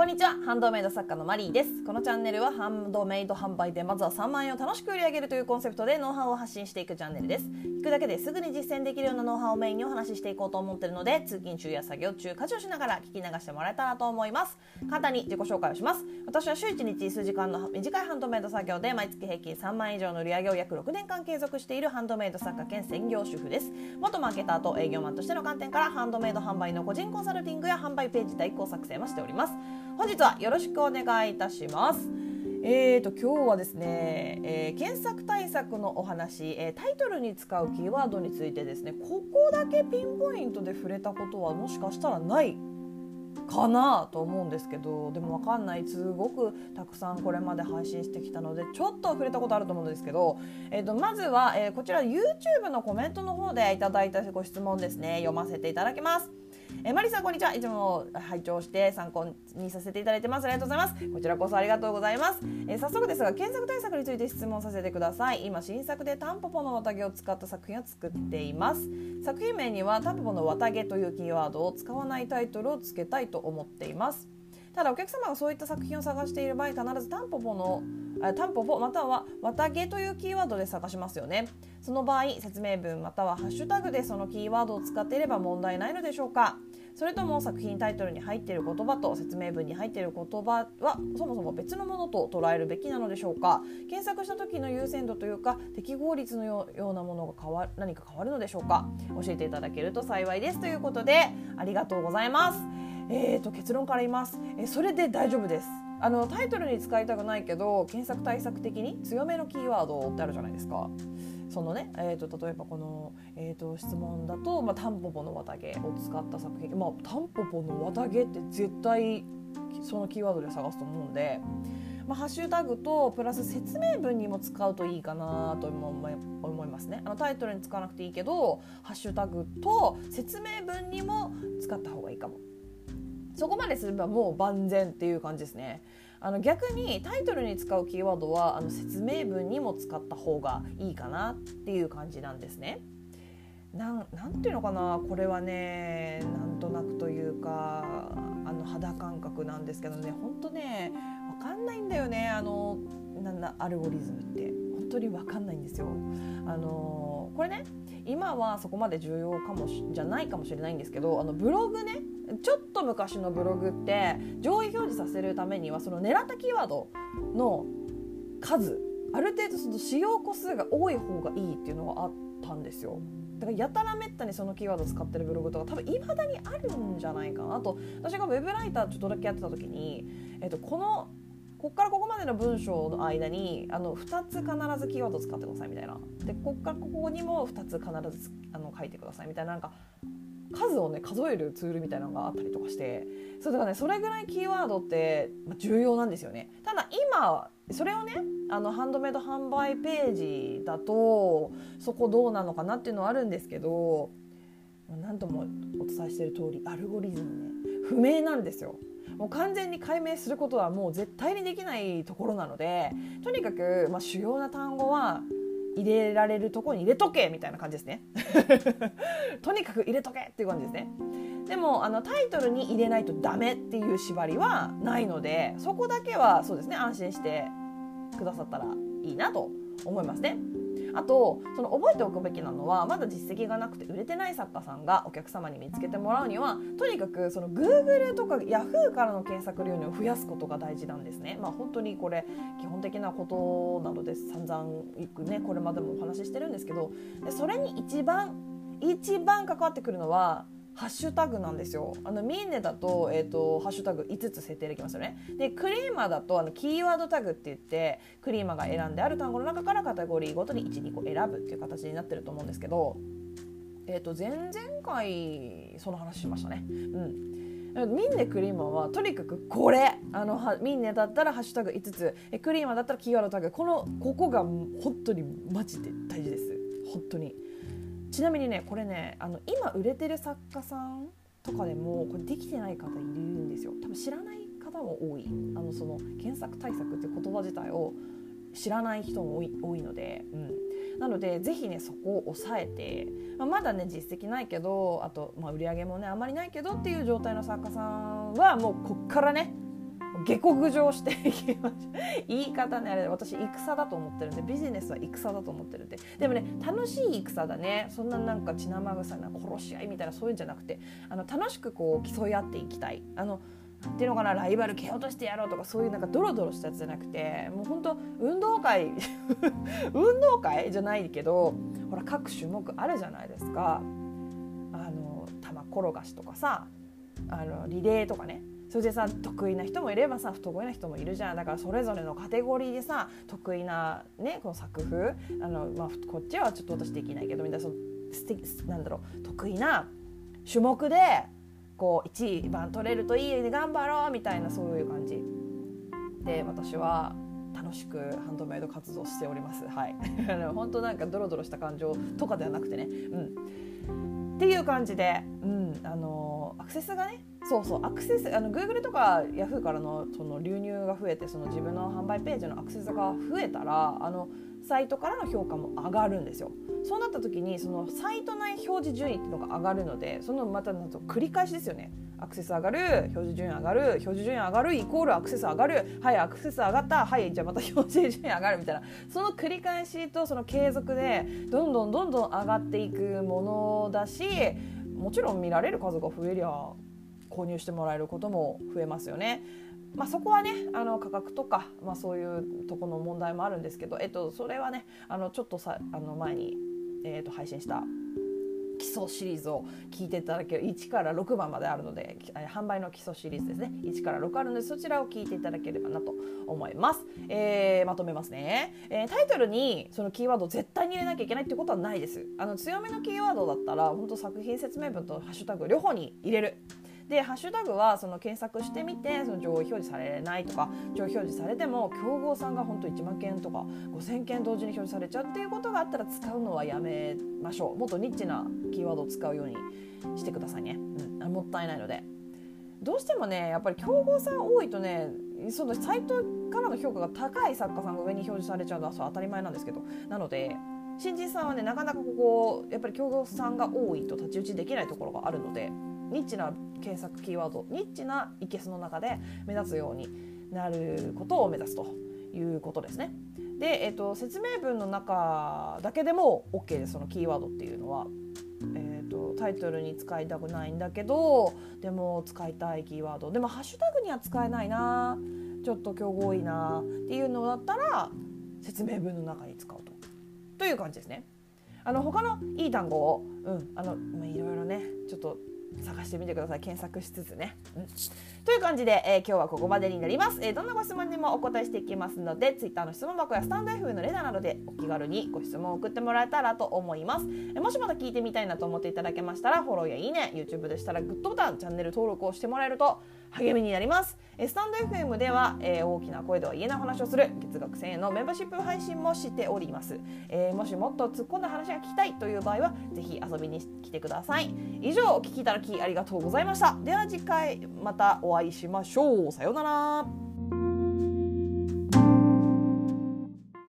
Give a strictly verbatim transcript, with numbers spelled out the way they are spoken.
こんにちは、ハンドメイド作家のマリーです。このチャンネルはハンドメイド販売でまずはさんまんえんを楽しく売り上げるというコンセプトでノウハウを発信していくチャンネルです。聞くだけですぐに実践できるようなノウハウをメインにお話ししていこうと思っているので、通勤中や作業中、家事をしながら聞き流してもらえたらと思います。簡単に自己紹介をします。私は週いちにち数時間の短いハンドメイド作業で毎月平均さんまんえん以上の売り上げを約ろくねんかん継続しているハンドメイド作家兼専業主婦です。元マーケターと営業マンとしての観点からハンドメイド販売の個人コンサルティングや販売ページ代行作成もしております。本日はよろしくお願いいたします。えーと今日はですね、えー、検索対策のお話、えー、タイトルに使うキーワードについてですね、ここだけピンポイントで触れたことはもしかしたらないかなと思うんですけど、でも分かんない、すごくたくさんこれまで配信してきたのでちょっと触れたことあると思うんですけど、えー、とまずは、えー、こちら YouTube のコメントの方でいただいたご質問ですね、読ませていただきます。えー、マリさんこんにちは。いつも拝聴して参考にさせていただいてます。ありがとうございます。こちらこそありがとうございます。えー、早速ですが検索対策について質問させてください。今新作でタンポポの綿毛を使った作品を作っています。作品名にはタンポポの綿毛というキーワードを使わないタイトルをつけたいと思っています。ただお客様がそういった作品を探している場合、必ずタンポポのタンポポまたは綿毛というキーワードで探しますよね。その場合、説明文またはハッシュタグでそのキーワードを使っていれば問題ないのでしょうか。それとも作品タイトルに入っている言葉と説明文に入っている言葉はそもそも別のものと捉えるべきなのでしょうか。検索した時の優先度というか適合率のようなものが変わ何か変わるのでしょうか。教えていただけると幸いですということで、ありがとうございます。えーと結論から言います。えそれで大丈夫です。あのタイトルに使いたくないけど検索対策的に強めのキーワードってあるじゃないですか。そのね、えー、と例えばこの、えー、と質問だと、まあ、タンポポの綿毛を使った作品、まあ、タンポポの綿毛って絶対そのキーワードで探すと思うんで、まあ、ハッシュタグとプラス説明文にも使うといいかなと思いますね。あのタイトルに使わなくていいけどハッシュタグと説明文にも使った方がいいかも。そこまですればもう万全っていう感じですね。あの逆にタイトルに使うキーワードはあの説明文にも使った方がいいかなっていう感じなんですね。なん、なんていうのかな、これはね、なんとなくというかあの肌感覚なんですけどね、本当ね分かんないんだよね。あのなんだアルゴリズムって本当に分かんないんですよ。あのこれね、今はそこまで重要かもしじゃないかもしれないんですけど、あのブログね、ちょっと昔のブログって上位表示させるためにはその狙ったキーワードの数、ある程度その使用個数が多い方がいいっていうのがあったんですよ。だからやたらめったにそのキーワードを使ってるブログとか多分未だにあるんじゃないかなと。私がウェブライターちょっとだけやってた時に、えっと、このこっからここまでの文章の間にあのふたつ必ずキーワードを使ってくださいみたいな、でこっからここにもふたつ必ずあの書いてくださいみたいな、なんか数をね数えるツールみたいなのがあったりとかして、それだからね、それぐらいキーワードって重要なんですよね。ただ今それをね、あのハンドメイド販売ページだとそこどうなのかなっていうのはあるんですけど、何ともお伝えしている通りアルゴリズムね不明なんですよ。もう完全に解明することはもう絶対にできないところなので、とにかく、まあ、主要な単語は入れられるところに入れとけみたいな感じですねとにかく入れとけっていう感じですね。でもあのタイトルに入れないとダメっていう縛りはないので、そこだけはそうですね、安心してくださったらいいなと思いますね。あとその覚えておくべきなのは、まだ実績がなくて売れてない作家さんがお客様に見つけてもらうには、とにかくその Google とか Yahoo からの検索流入を増やすことが大事なんですね。まあ本当にこれ基本的なことなので散々いくね、これまでもお話ししてるんですけど、でそれに一番一番関わってくるのはハッシュタグなんですよ。あのミンネだと、えーと、ハッシュタグいつつ設定できますよね。でクリーマだとあのキーワードタグって言って、クリーマが選んである単語の中からカテゴリーごとにいち、にこ選ぶっていう形になってると思うんですけど、えーと、前々回その話しましたね。うん、ミンネクリーマはとにかくこれ、あのミンネだったらハッシュタグいつつ、えクリーマだったらキーワードタグ、このここが本当にマジで大事です。本当に。ちなみにね、これね、あの今売れてる作家さんとかでもこれできてない方いるんですよ。多分知らない方も多い。あのその検索対策っていう言葉自体を知らない人も多い、多いので、うん、なのでぜひねそこを抑えて、まあ、まだね実績ないけど、あと、まあ、売り上げもねあんまりないけどっていう状態の作家さんはもうこっからね下克上していきましょう。言い方ね、あれ私戦だと思ってるんで、ビジネスは戦だと思ってるんで、でもね楽しい戦だね。そんななんか血生臭な殺し合いみたいなそういうんじゃなくて、あの楽しくこう競い合っていきたい。あのなんていうのかな、ライバル蹴落としてやろうとかそういうなんかドロドロしたやつじゃなくて、もう本当運動会運動会じゃないけど、ほら各種目あるじゃないですか。あの玉転がしとかさ、あのリレーとかね。それでさ得意な人もいればさ不得意な人もいるじゃん。だからそれぞれのカテゴリーでさ得意なねこの作風、あの、まあ、こっちはちょっと私できないけどみんなそのなんだろう得意な種目でこういちいばん取れるといいね頑張ろうみたいなそういう感じで私は楽しくハンドメイド活動しております。はい。本当なんかドロドロした感情とかではなくてね、うん、っていう感じで、うん、あのアクセスがね。そうそうアクセスあの Google とか Yahoo からのその流入が増えてその自分の販売ページのアクセスが増えたらあのサイトからの評価も上がるんですよ。そうなった時にそのサイト内表示順位っていうのが上がるので、そのまたなんと繰り返しですよね。アクセス上がる、表示順位上がる、表示順位上がるイコールアクセス上がる、はいアクセス上がった、はいじゃあまた表示順位上がるみたいな、その繰り返しとその継続でどんどんどんどん上がっていくものだし、もちろん見られる数が増えりゃ購入してもらえることも増えますよね。まあ、そこはねあの価格とか、まあ、そういうところの問題もあるんですけど、えっと、それはねあのちょっとさあの前に、えっと、配信した基礎シリーズを聞いていただけるいちからろくばんまであるので、販売の基礎シリーズですねいちからろくあるのでそちらを聞いていただければなと思います。えー、まとめますね、えー、タイトルにそのキーワードを絶対に入れなきゃいけないってことはないです。あの強めのキーワードだったら本当作品説明文とハッシュタグ両方に入れる。でハッシュタグはその検索してみてその上位表示されないとか上位表示されても競合さんが本当いちまんけんとかごせんけん同時に表示されちゃうっていうことがあったら使うのはやめましょう。もっとニッチなキーワードを使うようにしてくださいね、うん、もったいないので。どうしてもねやっぱり競合さん多いとねそのサイトからの評価が高い作家さんが上に表示されちゃうのはそう当たり前なんですけど、なので新人さんはねなかなかここやっぱり競合さんが多いと太刀打ちできないところがあるので、ニッチな検索キーワード、ニッチなイケスの中で目立つようになることを目指すということですね。で、えっと、説明文の中だけでも OK です。そのキーワードっていうのは、えっと、タイトルに使いたくないんだけどでも使いたいキーワードでもハッシュタグには使えないな、ちょっと競合多いなっていうのだったら説明文の中に使うとという感じですね。あの他のいい単語を、うん、あのまあいろいろねちょっと探してみてください。検索しつつね、うん、という感じで、えー、今日はここまでになります、えー、どんなご質問にもお答えしていきますので Twitter の質問箱やスタンド エフエム のレターなどでお気軽にご質問を送ってもらえたらと思います。えー、もしまた聞いてみたいなと思っていただけましたらフォローやいいね YouTube でしたらグッドボタンチャンネル登録をしてもらえると励みになります。えー、スタンド エフエム では、えー、大きな声では言えない話をする月額せんえんのメンバーシップ配信もしております。えー、もしもっと突っ込んだ話が聞きたいという場合はぜひ遊びに来てください。以上お聞きいただきありがとうございました。では次回またお会いしましょう。さようなら。